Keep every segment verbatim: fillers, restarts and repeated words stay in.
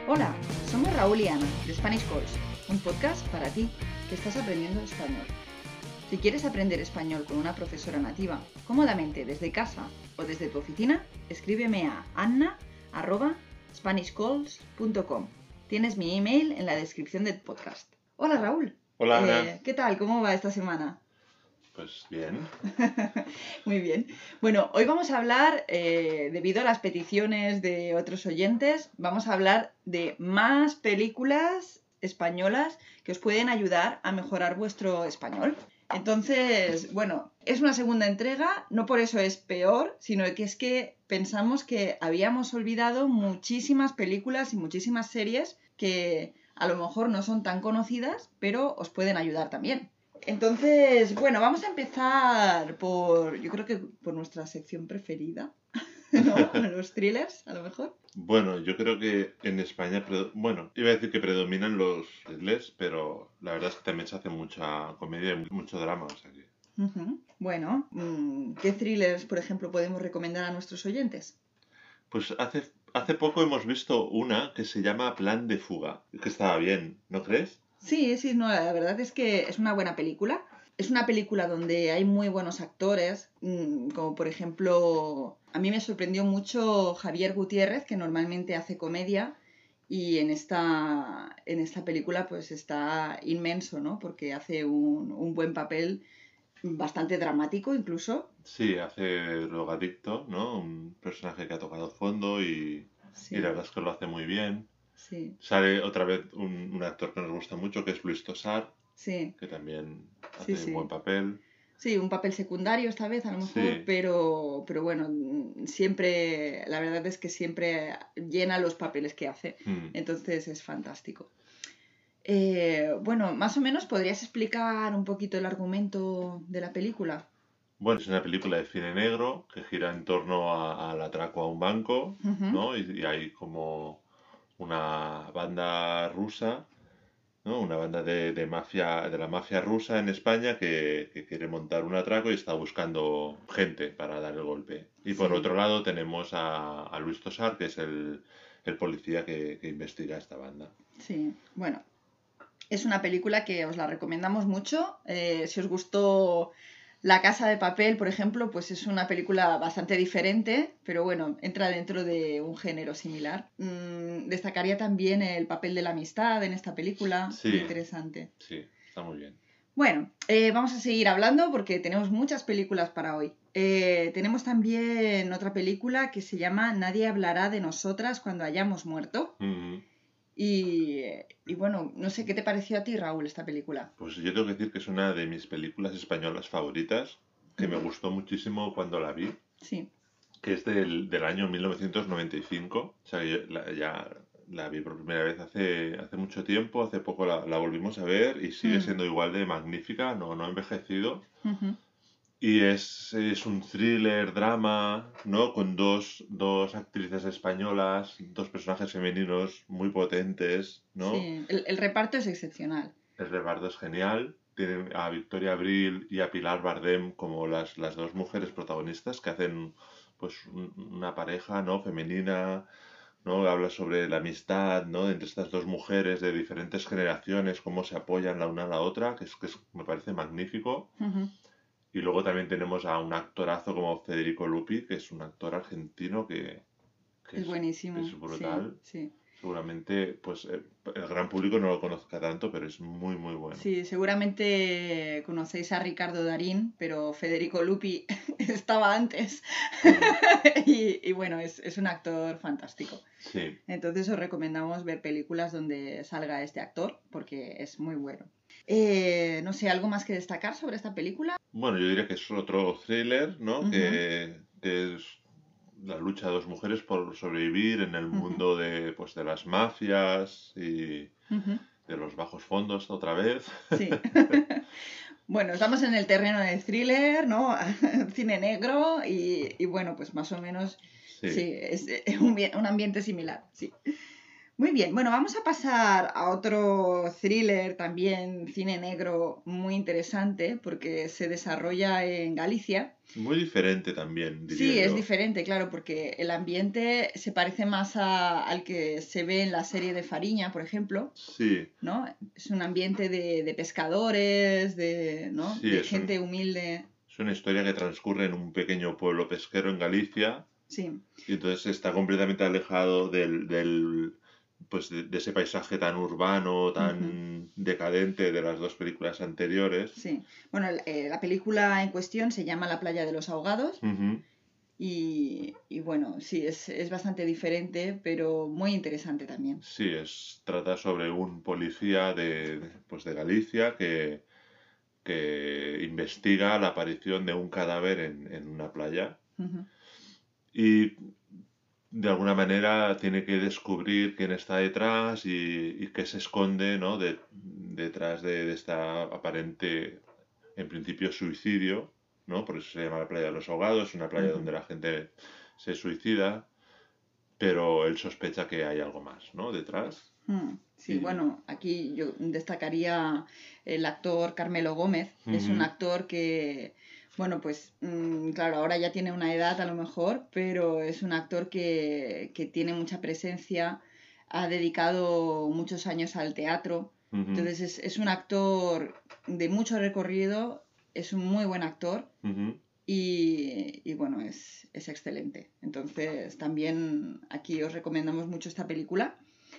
Hola, somos Raúl y Ana de Spanish Calls, un podcast para ti que estás aprendiendo español. Si quieres aprender español con una profesora nativa, cómodamente desde casa o desde tu oficina, escríbeme a anna arroba spanish calls punto com. Tienes mi email en la descripción del podcast. Hola Raúl. Hola Ana. Eh, ¿Qué tal? ¿Cómo va esta semana? Pues bien. Muy bien. Bueno, hoy vamos a hablar, eh, debido a las peticiones de otros oyentes, vamos a hablar de más películas españolas que os pueden ayudar a mejorar vuestro español. Entonces, bueno, es una segunda entrega, no por eso es peor, sino que es que pensamos que habíamos olvidado muchísimas películas y muchísimas series que a lo mejor no son tan conocidas, pero os pueden ayudar también. Entonces, bueno, vamos a empezar por, yo creo que por nuestra sección preferida, ¿no? Los thrillers, a lo mejor. Bueno, yo creo que en España, predo- bueno, iba a decir que predominan los thrillers, pero la verdad es que también se hace mucha comedia y mucho drama, o sea que... Ujú. Bueno, mm, ¿qué thrillers, por ejemplo, podemos recomendar a nuestros oyentes? Pues hace, hace poco hemos visto una que se llama Plan de Fuga, que estaba bien, ¿no crees? Sí, sí, no, la verdad es que es una buena película. Es una película donde hay muy buenos actores, mm, como por ejemplo, a mí me sorprendió mucho Javier Gutiérrez, que normalmente hace comedia, y en esta, en esta película pues está inmenso, ¿no? Porque hace un, un buen papel, bastante dramático incluso. Sí, hace drogadicto, ¿no? Un personaje que ha tocado fondo y, y la Sí, verdad es que lo hace muy bien. sí, Sale otra vez un, un actor que nos gusta mucho, que es Luis Tosar, sí, que también sí, hace un buen sí. papel. Sí, un papel secundario esta vez a lo mejor, Sí, pero, pero bueno, mm, siempre, la verdad es que siempre llena los papeles que hace, mm. entonces es fantástico. Eh, bueno, más o menos podrías explicar un poquito el argumento de la película. Bueno, es una película de cine negro que gira en torno a- al atraco a un banco, Ujú. ¿no? Y, y hay como una banda rusa, ¿no? Una banda de, de mafia, de la mafia rusa en España que, que quiere montar un atraco y está buscando gente para dar el golpe. Y por Sí, otro lado tenemos a, a Luis Tosar, que es el, el policía que, que investiga esta banda. sí. Bueno, es una película que os la recomendamos mucho. Eh, si os gustó La Casa de Papel, por ejemplo, pues es una película bastante diferente, pero bueno, entra dentro de un género similar. Mm, destacaría también el papel de la amistad en esta película, muy Sí, interesante. sí, está muy bien. Bueno, eh, vamos a seguir hablando porque tenemos muchas películas para hoy. Eh, tenemos también otra película que se llama Nadie hablará de nosotras cuando hayamos muerto. Ujú. Y, y bueno, no sé qué te pareció a ti, Raúl, esta película. Pues yo tengo que decir que es una de mis películas españolas favoritas, que me Ujú. gustó muchísimo cuando la vi, Sí. que es del, del año mil novecientos noventa y cinco. O sea, yo la- ya la vi por primera vez hace, hace mucho tiempo, hace poco la, la volvimos a ver y sigue Mm. siendo igual de magnífica, no, no ha envejecido. Ujú. Y es, es un thriller, drama, ¿no? Con dos, dos actrices españolas, dos personajes femeninos muy potentes, ¿no? Sí, el, el reparto es excepcional. El reparto es genial. Tienen a Victoria Abril y a Pilar Bardem como las, las dos mujeres protagonistas que hacen pues un- una pareja, ¿no? Femenina, ¿no? Habla sobre la amistad, ¿no? Entre estas dos mujeres de diferentes generaciones, cómo se apoyan la una a la otra, que es que es- me parece magnífico. Ujú. Y luego también tenemos a un actorazo como Federico Lupi, que es un actor argentino que, que Es es, buenísimo, es sí, brutal. sí. Seguramente, pues eh, el gran público no lo conozca tanto, pero es muy, muy bueno. Sí, seguramente conocéis a Ricardo Darín, pero Federico Lupi estaba antes. Ujú. Y, y bueno, es, es un actor fantástico. Sí. Entonces os recomendamos ver películas donde salga este actor, porque es muy bueno. Eh, no sé, ¿algo más que destacar sobre esta película? Bueno, yo diría que es otro thriller, ¿no? Ujú, Que, que es la lucha de dos mujeres por sobrevivir en el ujú, mundo de, pues, de las mafias y ujú. de los bajos fondos otra vez. Sí. Bueno, estamos en el terreno del thriller, ¿no? Cine negro y, y bueno, pues más o menos, Sí, sí, es, es un, bien- un ambiente similar, sí. Muy bien, bueno, vamos a pasar a otro thriller, también cine negro, muy interesante, porque se desarrolla en Galicia. Muy diferente también, diría Sí, es yo. diferente, claro, porque el ambiente se parece más a- al que se ve en la serie de Fariña, por ejemplo, Sí, ¿no? Es un ambiente de, de pescadores, de, ¿no? sí, De es un, gente humilde. es una historia que transcurre en un pequeño pueblo pesquero en Galicia Sí. y entonces está completamente alejado del, del pues de, de ese paisaje tan urbano, Ujú. tan decadente de las dos películas anteriores. Sí. Bueno, el- eh, la película en cuestión se llama La playa de los ahogados Ujú. y, y bueno, sí, es, es bastante diferente, pero muy interesante también. Sí, es, trata sobre un policía de, de, pues de Galicia que, que investiga la aparición de un cadáver en, en una playa Ujú. y de alguna manera tiene que descubrir quién está detrás y, y qué se esconde, ¿no? de- detrás de, de esta aparente, en principio, suicidio, ¿no? Por eso se llama la playa de los ahogados, una playa Ujú. donde la gente se suicida, pero él sospecha que hay algo más, ¿no? Detrás. Mm, Sí, Y, bueno, aquí yo destacaría el actor Carmelo Gómez. Es un ujú, actor que, bueno, pues mm, claro, ahora ya tiene una edad a lo mejor, pero es un actor que, que tiene mucha presencia, ha dedicado muchos años al teatro. ujú, Entonces es, es un actor de mucho recorrido, es un muy buen actor ujú. y, y bueno, es, es excelente. Entonces también aquí os recomendamos mucho esta película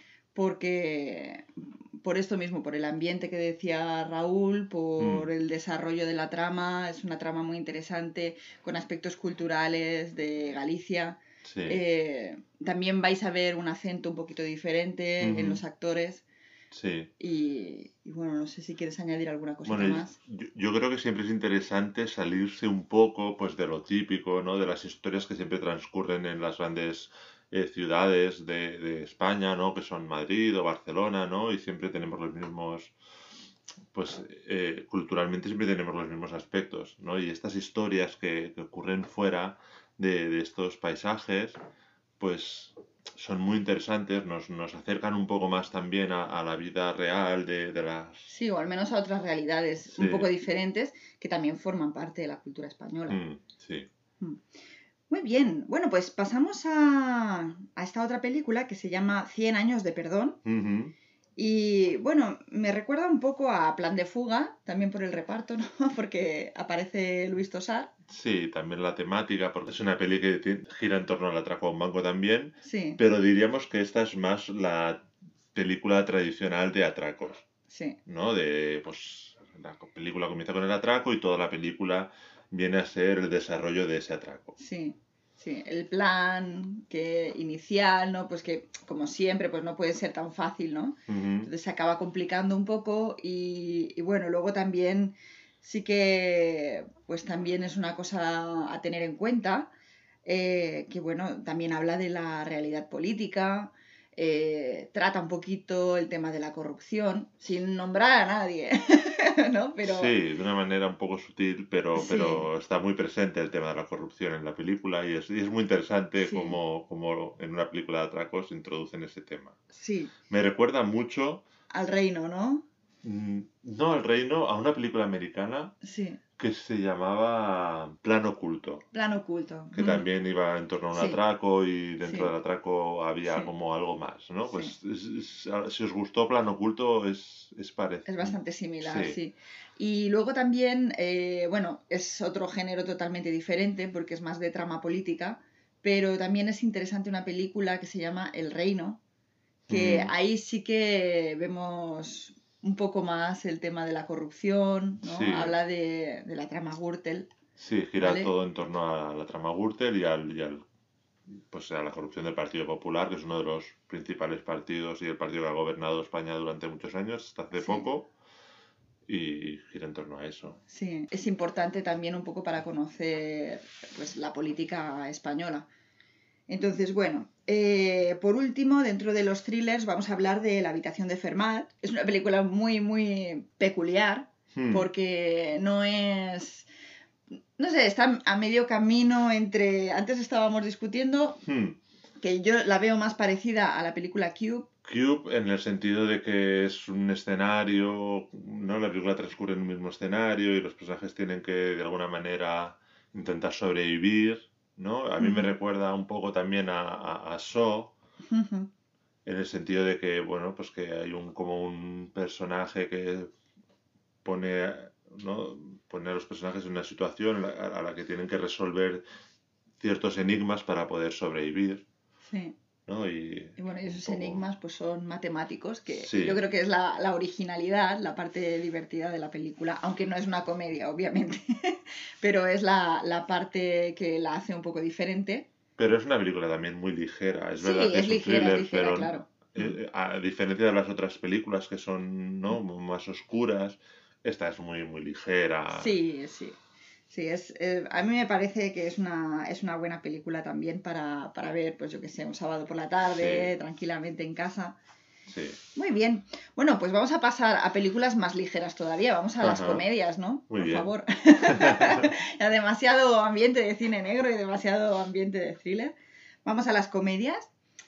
porque por esto mismo, por el ambiente que decía Raúl, por Mm, el desarrollo de la trama, es una trama muy interesante con aspectos culturales de Galicia. sí. Eh, también vais a ver un acento un poquito diferente en Ujú, los actores sí. y, y bueno, no sé si quieres añadir alguna Bueno, cosita y más. yo, yo creo que siempre es interesante salirse un poco, pues, de lo típico, ¿no? De las historias que siempre transcurren en las grandes eh, ciudades de, de España, ¿no? Que son Madrid o Barcelona, ¿no? Y siempre tenemos los mismos, pues, eh, culturalmente siempre tenemos los mismos aspectos, ¿no? Y estas historias que, que ocurren fuera de, de estos paisajes, pues son muy interesantes, nos, nos acercan un poco más también a, a la vida real de, de las... Sí, o al menos a otras realidades un poco Sí, diferentes que también forman parte de la cultura española. mm, sí. Mm. Muy bien, bueno, pues pasamos a, a esta otra película que se llama Cien años de perdón. Ujú. Y bueno, me recuerda un poco a Plan de Fuga, también por el reparto, ¿no? Porque aparece Luis Tosar. Sí, también la temática, porque es una peli que ti- gira en torno al atraco a un banco también, Sí, pero diríamos que esta es más la película tradicional de atracos, sí, ¿no? De, pues, la co- película comienza con el atraco y toda la película viene a ser el desarrollo de ese atraco. sí, sí. El plan que inicial, ¿no? Pues que como siempre, pues no puede ser tan fácil, ¿no? Ujú, Entonces se acaba complicando un poco y, y bueno, luego también sí que pues también es una cosa a tener en cuenta, eh, que bueno, también habla de la realidad política, eh, trata un poquito el tema de la corrupción, sin nombrar a nadie, ¿no? Pero sí, de una manera un poco sutil, pero, sí, pero está muy presente el tema de la corrupción en la película y es, y es muy interesante sí, cómo, cómo en una película de atracos introducen ese tema. sí, Me recuerda mucho, al reino, ¿no? mm, no al reino, a una película americana Sí, que se llamaba Plan Oculto, plan oculto. que Mm, también iba en torno a un sí, atraco y dentro del sí, atraco había sí, como algo más, ¿no? sí. Pues es- es- si os gustó Plan Oculto es, es Es parecido. bastante similar, Sí. sí. Y luego también, eh, bueno, es otro género totalmente diferente porque es más de trama política, pero también es interesante una película que se llama El Reino, que Mm, ahí sí que vemos un poco más el tema de la corrupción, ¿no? sí, Habla de, de la trama Gürtel, sí, gira ¿vale? todo en torno a la trama Gürtel y al, y al, pues a la corrupción del Partido Popular, que es uno de los principales partidos y el partido que ha gobernado España durante muchos años, hasta hace Sí, poco, y gira en torno a eso. sí. Es importante también un poco para conocer pues, la política española. Entonces, bueno, eh, por último, dentro de los thrillers vamos a hablar de La habitación de Fermat. Es una película muy, muy peculiar Hmm, porque no es... No sé, está a medio camino entre... Antes estábamos discutiendo hmm, que yo la veo más parecida a la película Cube, Cube en el sentido de que es un escenario, ¿no? La película transcurre en un mismo escenario y los personajes tienen que de alguna manera intentar sobrevivir, ¿no? A mí me Ujú, recuerda un poco también a, a, a Saw, ujú. en el sentido de que, bueno, pues que hay un como un personaje que pone, ¿no? Pone a los personajes en una situación a, a la que tienen que resolver ciertos enigmas para poder sobrevivir, Sí. ¿no? Y Y bueno, y un esos poco... enigmas pues son matemáticos, que yo Sí, creo que es la, la originalidad, la parte divertida de la película, aunque no es una comedia, obviamente, pero es la, la parte que la hace un poco diferente. pero es una película también muy ligera. Es verdad Sí, que es es un ligera, es thriller, ligera, pero claro. Mm. eh, a diferencia de las otras películas que son, ¿no? más oscuras, esta es muy, muy ligera. Sí, sí. Sí, es, eh, a mí me parece que es una, es una buena película también para, para ver, pues yo que sé, un sábado por la Sí, tarde, tranquilamente en casa. sí. Muy bien. Bueno, pues vamos a pasar a películas más ligeras todavía. Vamos a las Ajá, comedias, ¿no? muy Por bien. favor. Ya demasiado ambiente de cine negro y demasiado ambiente de thriller. Vamos a las comedias.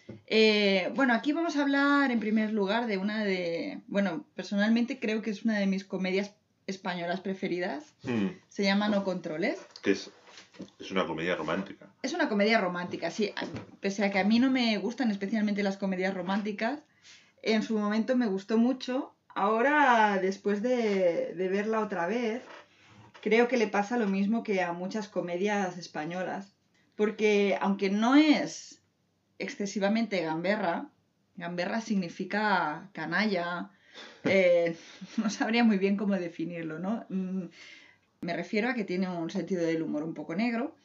Eh, bueno, aquí vamos a hablar en primer lugar de una de... Bueno, personalmente creo que es una de mis comedias españolas preferidas. Hmm, Se llama No Controles. que es, es una comedia romántica. Es una comedia romántica, sí. Pese a que a mí no me gustan especialmente las comedias románticas, en su momento me gustó mucho. Ahora, después de, de verla otra vez, creo que le pasa lo mismo que a muchas comedias españolas. Porque aunque no es excesivamente gamberra, gamberra significa canalla, eh, no sabría muy bien cómo definirlo, ¿no? Mm, Me refiero a que tiene un sentido del humor un poco negro.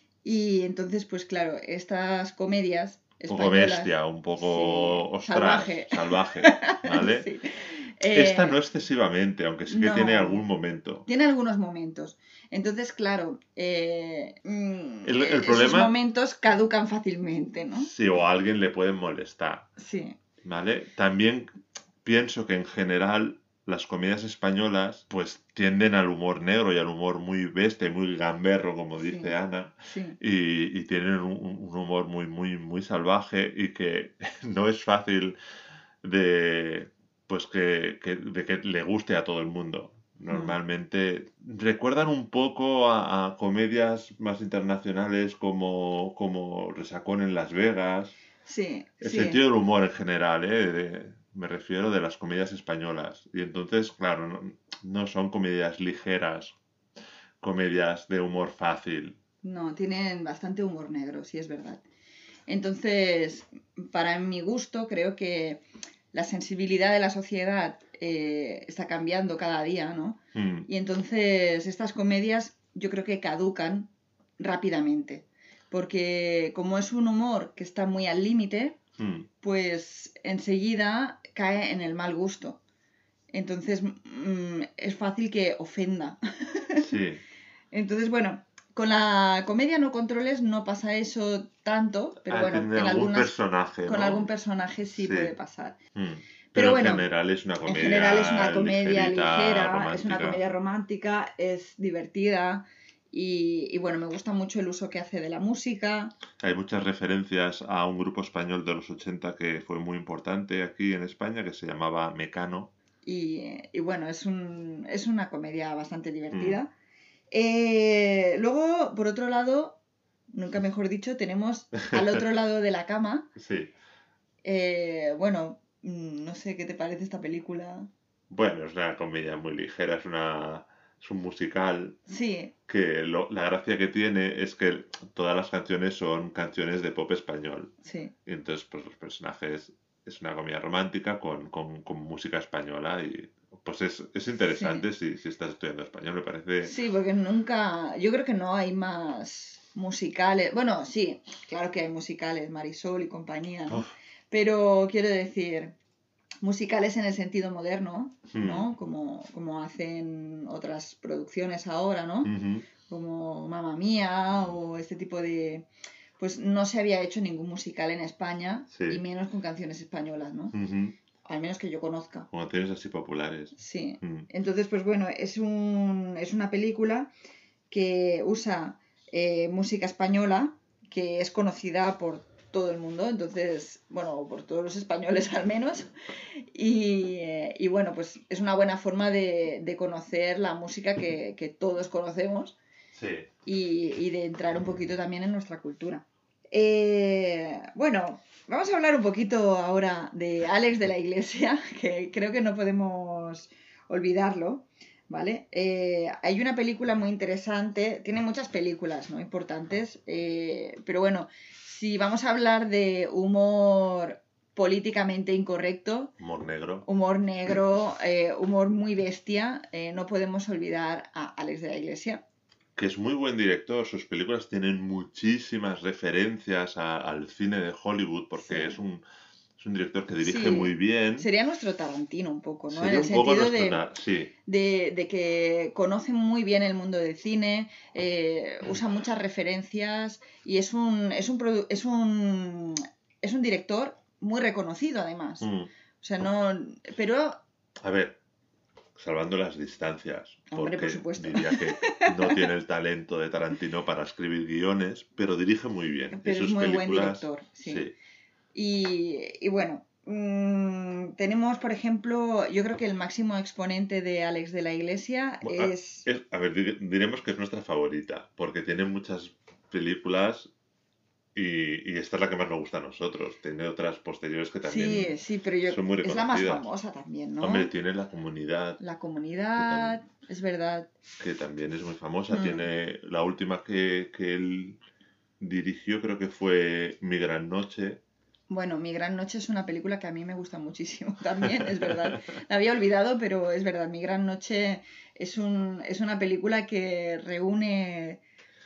Y entonces, pues claro, estas comedias Un poco españolas, bestia, un poco sí, ostras, salvaje, salvaje, ¿vale? sí. Esta no Eh, excesivamente, aunque sí que tiene algún no, momento. tiene algunos momentos. Entonces, claro, eh, mm, El, el esos problema, momentos caducan fácilmente, ¿no? si o a alguien le pueden molestar, Sí, ¿vale? También pienso que en general las comedias españolas pues tienden al humor negro y al humor muy bestia y muy gamberro, como dice sí, Ana, sí. y, y tienen un, un humor muy, muy, muy salvaje y que no es fácil de pues que, que- de que le guste a todo el mundo. Mm, Normalmente recuerdan un poco a, a comedias más internacionales como, como Resacón en Las Vegas. sí, El sí. sentido del humor en general, ¿eh? De- me refiero de las comedias españolas. Y entonces, claro, no, no son comedias ligeras, comedias de humor fácil. No, tienen bastante humor negro, sí es verdad. Entonces, para mi gusto, creo que la sensibilidad de la sociedad eh, está cambiando cada día, ¿no? Mm, Y entonces estas comedias yo creo que caducan rápidamente, porque como es un humor que está muy al límite, mm, pues enseguida cae en el mal gusto. Entonces mm, es fácil que ofenda. sí. Entonces, bueno, con la comedia no controles no pasa eso tanto, pero Ah, bueno, tiene en algún algunas, personaje, con algún ¿no? personaje sí Sí. puede pasar. Mm. Pero Pero en bueno, general es una en general es una comedia comedia ligerita, ligera, es una romántica. comedia romántica, es divertida y, y bueno, me gusta mucho el uso que hace de la música Hay muchas referencias a un grupo español de los ochenta que fue muy importante aquí en España, que se llamaba Mecano. y, y bueno, es, un, es una comedia bastante Mm, divertida. Eh, luego, por otro lado, nunca mejor dicho, tenemos al otro lado de la cama. Sí. Eh, bueno, mm, no sé qué te parece esta película. Bueno, es una comedia muy ligera, es una, es un musical Sí, que lo- la gracia que tiene es que todas las canciones son canciones de pop español. sí, Y entonces, pues los personajes es una comedia romántica con, con, con música española y pues es, es sí. interesante si, si estás estudiando español, me parece... Sí, porque nunca, yo creo que no hay más musicales. Bueno, sí, claro que hay musicales, Marisol y compañía, ¿no? Uf, Pero quiero decir, musicales en el sentido moderno, hmm, ¿no? Como, como hacen otras producciones ahora, ¿no? ujú, Como Mamma Mía o este tipo de... Pues no se había hecho ningún musical en España y sí, menos con canciones españolas, ¿no? ujú, Al menos que yo conozca. con canciones así populares. Sí. Mm, Entonces, pues bueno, es, un, es una película que usa eh, música española que es conocida por todo el mundo, entonces, bueno, por todos los españoles al menos. Y, eh, y bueno, pues es una buena forma de, de conocer la música que, que todos conocemos Sí. y, y de entrar un poquito también en nuestra cultura. Eh, bueno, vamos a hablar un poquito ahora de Alex de la Iglesia, que creo que no podemos olvidarlo, ¿vale? Eh, hay una película muy interesante, tiene muchas películas, ¿no? Importantes, eh, pero bueno, si vamos a hablar de humor políticamente incorrecto, Humor negro. humor negro, eh, humor muy bestia, eh, no podemos olvidar a Alex de la Iglesia. Que es muy buen director, sus películas tienen muchísimas referencias a- al cine de Hollywood, porque Sí. es un, es un director que dirige Sí, muy bien. sería nuestro Tarantino un poco, ¿no? Sería En el un poco sentido nuestro... de, ta- Sí, de, de que conoce muy bien el mundo del cine, eh, usa muchas referencias y es un, es un, produ- es un, es un director muy reconocido además. mm. O sea, no... Pero, A ver, salvando las distancias, hombre, por porque supuesto. diría que no tiene el talento de Tarantino para escribir guiones, pero dirige muy bien. Y Pero es sus muy buen películas, director, sí. sí. Y, y bueno, mm, tenemos, por ejemplo, yo creo que el máximo exponente de Alex de la Iglesia Bu- a- es... es- a ver, dir- diremos que es nuestra favorita, porque tiene muchas películas y, y esta es la que más nos gusta a nosotros. Tiene otras posteriores que Sí, también sí, pero yo son muy es la más reconocidas. famosa también, ¿no? Hombre, tiene La Comunidad, La que, Comunidad, tam- es verdad. que también es muy famosa. Mm. Tiene la última que, que él dirigió, creo que fue Mi Gran Noche. Bueno, Mi Gran Noche es una película que a mí me gusta muchísimo también, es verdad. La había olvidado, pero es verdad. Mi Gran Noche es un, es una película que reúne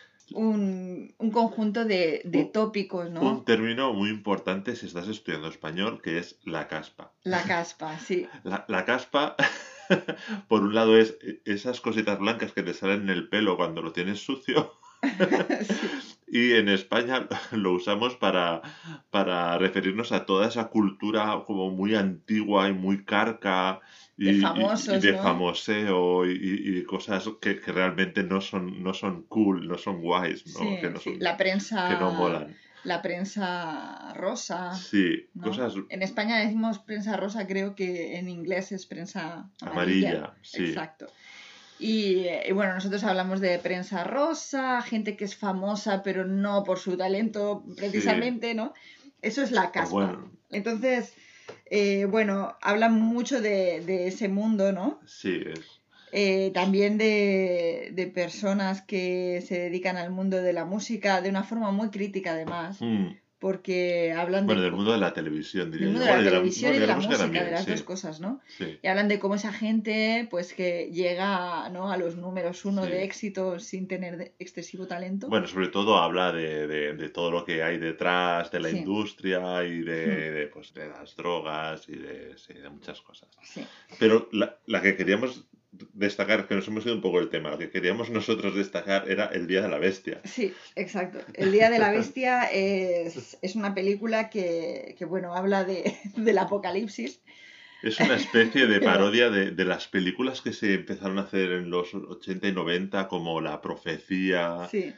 un, un conjunto de, de Un, tópicos, un ¿no? término muy importante si estás estudiando español, que es la caspa. La caspa, sí. La, la caspa, por un lado, es esas cositas blancas que te salen en el pelo cuando lo tienes sucio. Sí. Y en España lo usamos para, para referirnos a toda esa cultura como muy antigua y muy carca y, De y- y famosos, de ¿no? famoseo y, y- y cosas que, que realmente no son, no son cool, no son guays, ¿no? Sí, Que no sí. son, La que no prensa, molan. la prensa rosa, Sí, ¿no? cosas En España decimos prensa rosa, creo que en inglés es prensa amarilla. amarilla, sí. Exacto. Y, eh, y bueno, nosotros hablamos de prensa rosa, gente que es famosa, pero no por su talento Sí, precisamente, ¿no? Eso es la o caspa. bueno, Entonces, eh, bueno, hablan mucho de, de ese mundo, ¿no? sí, es... Eh, también de, de personas que se dedican al mundo de la música de una forma muy crítica además, Mm. porque hablan Bueno, de, del co- mundo de la televisión, del diría mundo yo. de la Bueno, y de la, televisión no, y y de de la la música música, también, de las sí, dos cosas, ¿no? sí, Y hablan de cómo esa gente, pues que llega, ¿no? a los números uno de sí. éxito sin tener de- excesivo talento. Bueno, sobre todo habla de, de- de todo lo que hay detrás de la Sí, industria y de, mm, de, pues, de las drogas y de, sí, de muchas cosas. sí, Pero la, la que queríamos destacar, que nos hemos ido un poco del tema, lo que queríamos nosotros destacar era El Día de la Bestia. sí, exacto. El Día de la Bestia es, es una película que, que, bueno, habla de, del apocalipsis, Es una especie de pero parodia de, de las películas que se empezaron a hacer en los ochenta y noventa, como La Profecía, sí,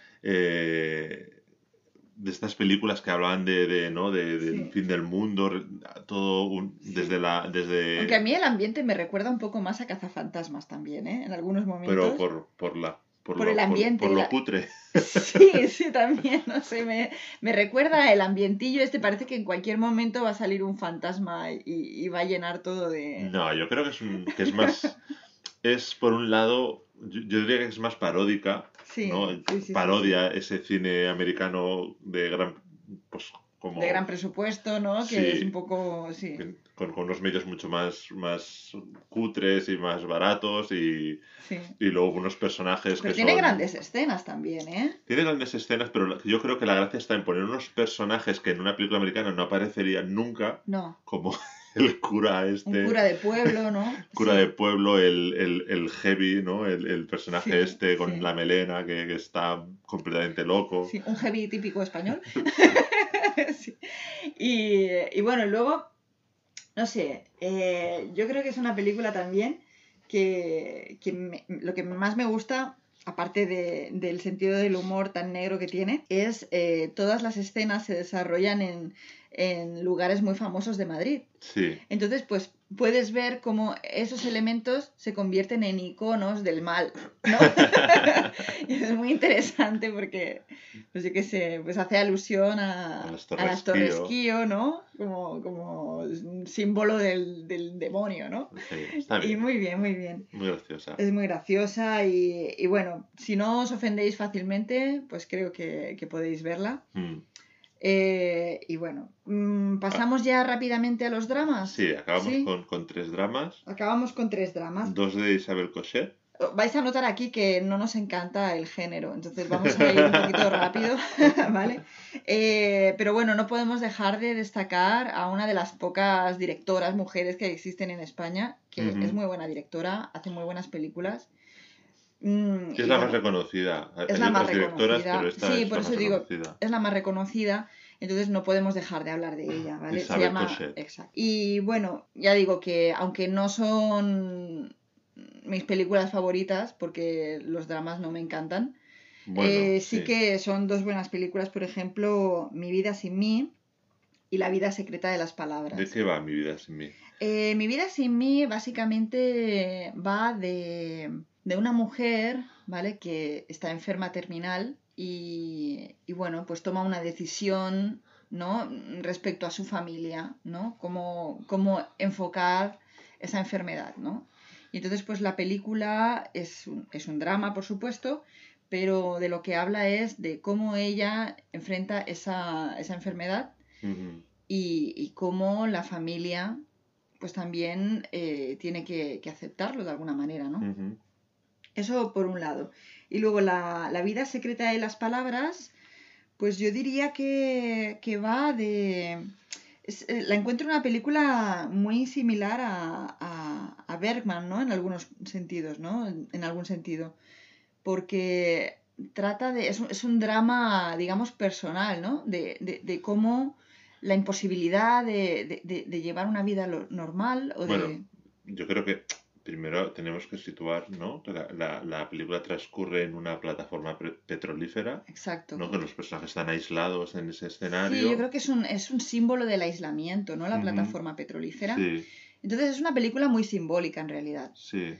eh, de estas películas que hablaban de, de, ¿no? de, del sí, fin del mundo, re- todo un- desde sí. la, Aunque a desde, mí el ambiente me recuerda un poco más a Cazafantasmas también, ¿eh? En algunos pero momentos. por, por la, por Por el lo, por, por ambiente, lo la- cutre. sí, sí, también, no sé, me, me recuerda el ambientillo este, parece que en cualquier momento va a salir un fantasma y, y va a llenar todo de... No, yo creo que es, un, que es más, es por un lado, yo, yo diría que es más paródica, ¿no? Sí, sí, sí, sí, sí. Parodia ese cine americano de gran, pues como, De gran presupuesto, ¿no? Que es sí, un poco, sí, con, con unos medios mucho más, más cutres y más baratos y, sí. y luego unos personajes Pero que tiene son... grandes escenas también, ¿eh? Tiene grandes escenas, pero la- yo creo que la gracia está en poner unos personajes que en una película americana no aparecerían nunca, No, como el cura un este, cura de pueblo, ¿no? cura de Sí, pueblo, el, el, el heavy, ¿no? El, el personaje sí, este con sí, la melena que, que está completamente loco. sí, un heavy típico español. Sí. Sí. Y, y bueno, luego, no sé, eh, yo creo que es una película también que, que me- lo que más me gusta aparte de, del sentido del humor tan negro que tiene, es eh, todas las escenas se desarrollan en, en lugares muy famosos de Madrid. Sí. Entonces, pues puedes ver cómo esos elementos se convierten en iconos del mal, ¿no? Y es muy interesante porque, pues yo qué sé, pues hace alusión a, A las a Torres las Torres Kio. Kio, ¿no? Como, como un símbolo del, del demonio, ¿no? Sí, está Y bien. muy bien, muy bien. Muy graciosa. Es muy graciosa y, y bueno, si no os ofendéis fácilmente, pues creo que, que podéis verla. Mm. Eh, y bueno, mm, ¿pasamos ya rápidamente a los dramas? Sí, acabamos ¿Sí? Con, con tres dramas. Acabamos con tres dramas. Dos de Isabel Cochet. Vais a notar aquí que no nos encanta el género, entonces vamos a ir un poquito rápido, ¿vale? Eh, pero bueno, no podemos dejar de destacar a una de las pocas directoras mujeres que existen en España, que Ujú. es muy buena directora, hace muy buenas películas. Mm, Es y la bueno, más reconocida. es Hay la más otras directoras, reconocida. pero esta Sí, es por la eso más digo, reconocida. es la más reconocida, entonces no podemos dejar de hablar de ella, ¿vale? Se Isabel llama... Cochet. Exacto. Y bueno, ya digo que aunque no son mis películas favoritas, porque los dramas no me encantan, Bueno, eh, sí, sí. que son dos buenas películas, por ejemplo, Mi vida sin mí y La vida secreta de las palabras. ¿De qué va Mi vida sin mí? Eh, Mi vida sin mí básicamente va de, de una mujer, ¿vale? Que está enferma terminal y, y bueno, pues toma una decisión, ¿no? Respecto a su familia, ¿no? Cómo, cómo enfocar esa enfermedad, ¿no? Y entonces, pues la película es un, es un drama, por supuesto, pero de lo que habla es de cómo ella enfrenta esa, esa enfermedad Ujú. y, y cómo la familia pues también eh, tiene que, que aceptarlo de alguna manera, ¿no? Ujú. Eso por un lado. Y luego la, la vida secreta de las palabras, pues yo diría que, que va de... es- eh, la encuentro una película muy similar a, a, a Bergman, ¿no? En algunos sentidos, ¿no? En, en algún sentido. Porque trata de... Es un, es un drama, digamos, personal, ¿no? De, de, de cómo la imposibilidad de, de, de- de llevar una vida lo- normal o Bueno, de... yo creo que primero tenemos que situar, ¿no? Que La, la- la película transcurre en una plataforma pre- petrolífera, Exacto. ¿no? Que los personajes están aislados en ese Sí, yo escenario. creo que es un, es un símbolo del aislamiento, ¿no? La Ujú. plataforma petrolífera. Sí, Entonces es una película muy simbólica en realidad. sí.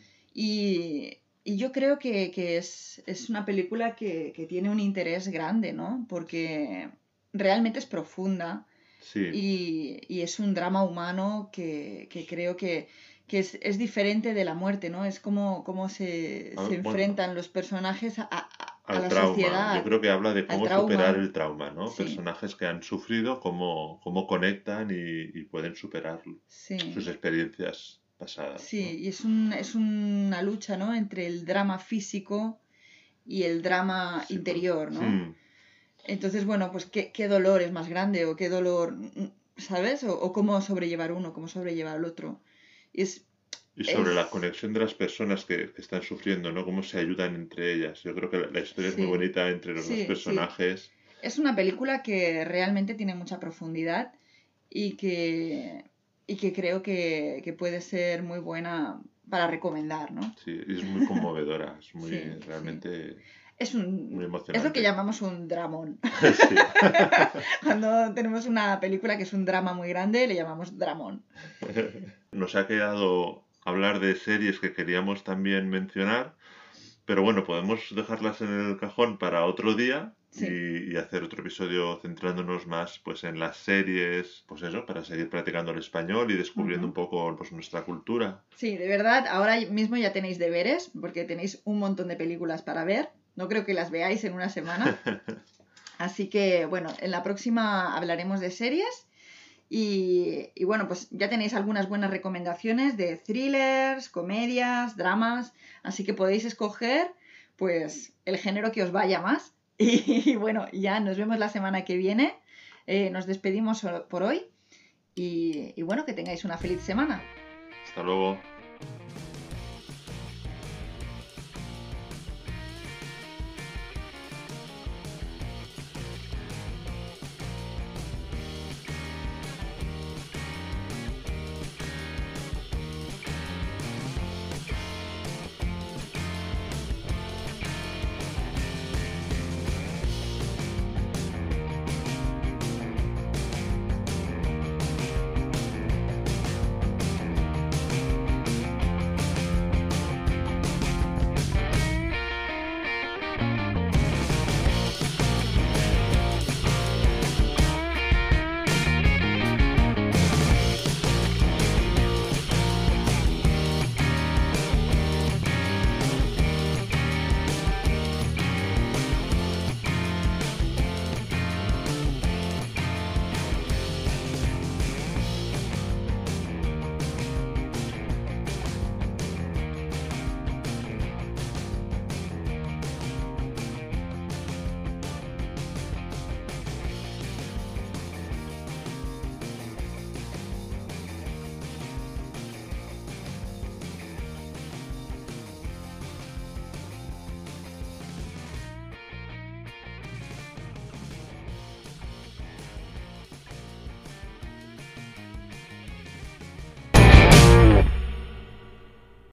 Y, y yo creo que, que es, es una película que, que tiene un interés grande, ¿no? Porque realmente es profunda Sí. y, y es un drama humano que, que creo que, que es, es diferente de la muerte, ¿no? Es como, como se, Ah, se bueno, enfrentan los personajes a, a- a al la trauma. Yo sociedad, creo que habla de al cómo superar trauma. el trauma, ¿no? Sí, Personajes que han sufrido, cómo, cómo conectan y, y pueden superar sus sí. experiencias pasadas, ¿no? Sí, y es, un, es una lucha, ¿no? Entre el drama físico y el drama Sí, por- interior, ¿no? Hmm. Entonces, bueno, pues ¿qué, qué dolor es más grande o qué dolor, mm, ¿sabes? O, o cómo sobrellevar uno, cómo sobrellevar el otro. Y es, Y sobre la es, conexión de las personas que, que están sufriendo, ¿no? Cómo se ayudan entre ellas. Yo creo que la, la historia es muy sí, bonita entre los dos sí, sí. personajes. Es una película que realmente tiene mucha profundidad y que, y que creo que, que puede ser muy buena para recomendar, ¿no? Sí, y es muy conmovedora, es muy Sí, sí. realmente Es muy un, es lo que emocionante. llamamos un dramón. Sí. Cuando tenemos una película que es un drama muy grande, le llamamos dramón. Nos ha quedado hablar de series que queríamos también mencionar, pero bueno, podemos dejarlas en el cajón para otro día Sí, y, y hacer otro episodio centrándonos más pues en las series, pues eso, para seguir practicando el español y descubriendo ujú. un poco pues nuestra cultura. Sí, de verdad, ahora mismo ya tenéis deberes, porque tenéis un montón de películas para ver. No creo que las veáis en una semana. Así que, bueno, en la próxima hablaremos de series. Y, y bueno, pues ya tenéis algunas buenas recomendaciones de thrillers, comedias, dramas. Así que podéis escoger, pues, el género que os vaya más. Y, y bueno, ya nos vemos la semana que viene. Eh, nos despedimos por hoy. Y, y bueno, que tengáis una feliz semana. Hasta luego.